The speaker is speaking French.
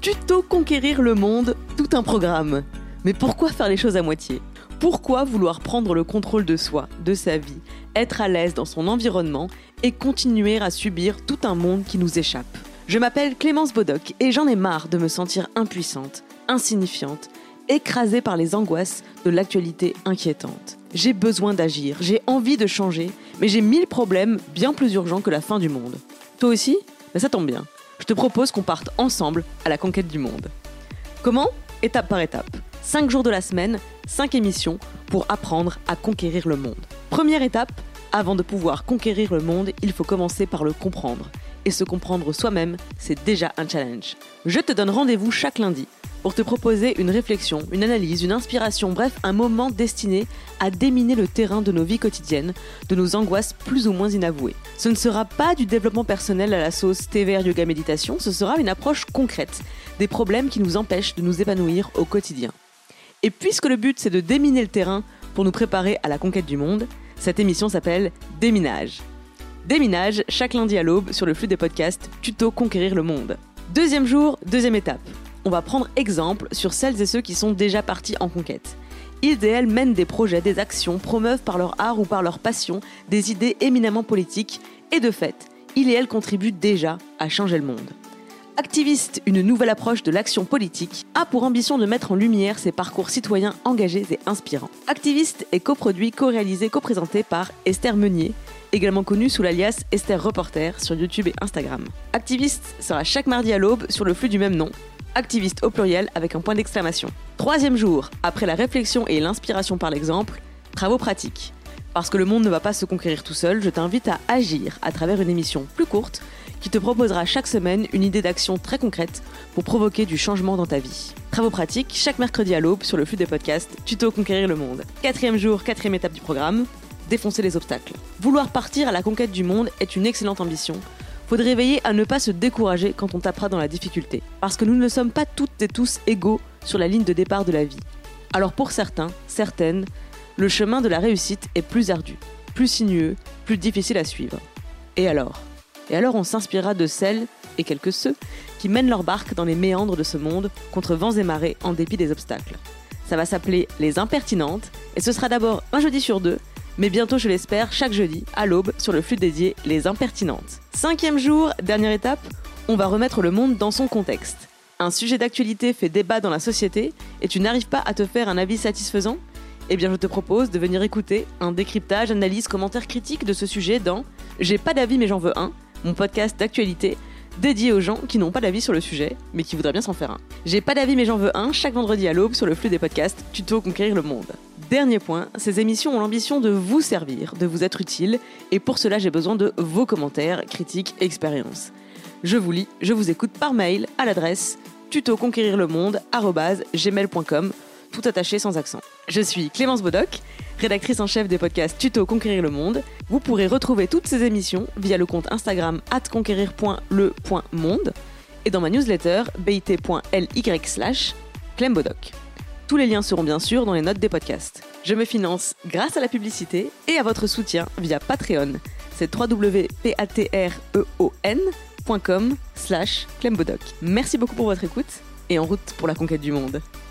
Tuto conquérir le monde, tout un programme. Mais pourquoi faire les choses à moitié ? Pourquoi vouloir prendre le contrôle de soi, de sa vie, être à l'aise dans son environnement et continuer à subir tout un monde qui nous échappe ? Je m'appelle Clémence Bodoc et j'en ai marre de me sentir impuissante, insignifiante, écrasée par les angoisses de l'actualité inquiétante. J'ai besoin d'agir, j'ai envie de changer, mais j'ai 1000 problèmes bien plus urgents que la fin du monde. Toi aussi ? Ben ça tombe bien. Je te propose qu'on parte ensemble à la conquête du monde. Comment ? Étape par étape. 5 jours de la semaine, 5 émissions pour apprendre à conquérir le monde. Première étape, avant de pouvoir conquérir le monde, il faut commencer par le comprendre. Et se comprendre soi-même, c'est déjà un challenge. Je te donne rendez-vous chaque lundi pour te proposer une réflexion, une analyse, une inspiration, bref, un moment destiné à déminer le terrain de nos vies quotidiennes, de nos angoisses plus ou moins inavouées. Ce ne sera pas du développement personnel à la sauce thé vert yoga méditation, ce sera une approche concrète des problèmes qui nous empêchent de nous épanouir au quotidien. Et puisque le but c'est de déminer le terrain pour nous préparer à la conquête du monde, cette émission s'appelle Déminage. Déminage, chaque lundi à l'aube sur le flux des podcasts Tuto Conquérir le Monde. Deuxième jour, deuxième étape. On va prendre exemple sur celles et ceux qui sont déjà partis en conquête. Ils et elles mènent des projets, des actions, promeuvent par leur art ou par leur passion des idées éminemment politiques et de fait, ils et elles contribuent déjà à changer le monde. Activiste, une nouvelle approche de l'action politique, a pour ambition de mettre en lumière ses parcours citoyens engagés et inspirants. Activiste est coproduit, co-réalisé, co-présenté par Esther Meunier, également connue sous l'alias Esther Reporter sur YouTube et Instagram. Activiste sera chaque mardi à l'aube sur le flux du même nom. Activiste au pluriel avec un point d'exclamation. Troisième jour, après la réflexion et l'inspiration par l'exemple, travaux pratiques. Parce que le monde ne va pas se conquérir tout seul, je t'invite à agir à travers une émission plus courte qui te proposera chaque semaine une idée d'action très concrète pour provoquer du changement dans ta vie. Travaux pratiques, chaque mercredi à l'aube sur le flux des podcasts Tuto Conquérir le monde. Quatrième jour, quatrième étape du programme, défoncer les obstacles. Vouloir partir à la conquête du monde est une excellente ambition. Faudrait veiller à ne pas se décourager quand on tapera dans la difficulté. Parce que nous ne sommes pas toutes et tous égaux sur la ligne de départ de la vie. Alors pour certains, certaines, le chemin de la réussite est plus ardu, plus sinueux, plus difficile à suivre. Et alors on s'inspirera de celles, et quelques ceux, qui mènent leur barque dans les méandres de ce monde contre vents et marées en dépit des obstacles. Ça va s'appeler Les Impertinentes, et ce sera d'abord un jeudi sur 2, mais bientôt, je l'espère, chaque jeudi, à l'aube, sur le flux dédié Les Impertinentes. 5e jour, dernière étape, on va remettre le monde dans son contexte. Un sujet d'actualité fait débat dans la société et tu n'arrives pas à te faire un avis satisfaisant ? Eh bien, je te propose de venir écouter un décryptage, analyse, commentaire critique de ce sujet dans J'ai pas d'avis mais j'en veux un, mon podcast d'actualité dédié aux gens qui n'ont pas d'avis sur le sujet, mais qui voudraient bien s'en faire un. J'ai pas d'avis mais j'en veux un, chaque vendredi à l'aube sur le flux des podcasts Tuto Conquérir le monde. Dernier point, ces émissions ont l'ambition de vous servir, de vous être utiles, et pour cela j'ai besoin de vos commentaires, critiques et expériences. Je vous lis, je vous écoute par mail à l'adresse tutoconquérirlemonde@gmail.com, tout attaché sans accent. Je suis Clémence Bodoc, rédactrice en chef des podcasts Tuto Conquérir le Monde. Vous pourrez retrouver toutes ces émissions via le compte Instagram @conquérir.le.monde et dans ma newsletter bit.ly/clembodoc. Tous les liens seront bien sûr dans les notes des podcasts. Je me finance grâce à la publicité et à votre soutien via Patreon. C'est www.patreon.com/clembodoc. Merci beaucoup pour votre écoute et en route pour la conquête du monde.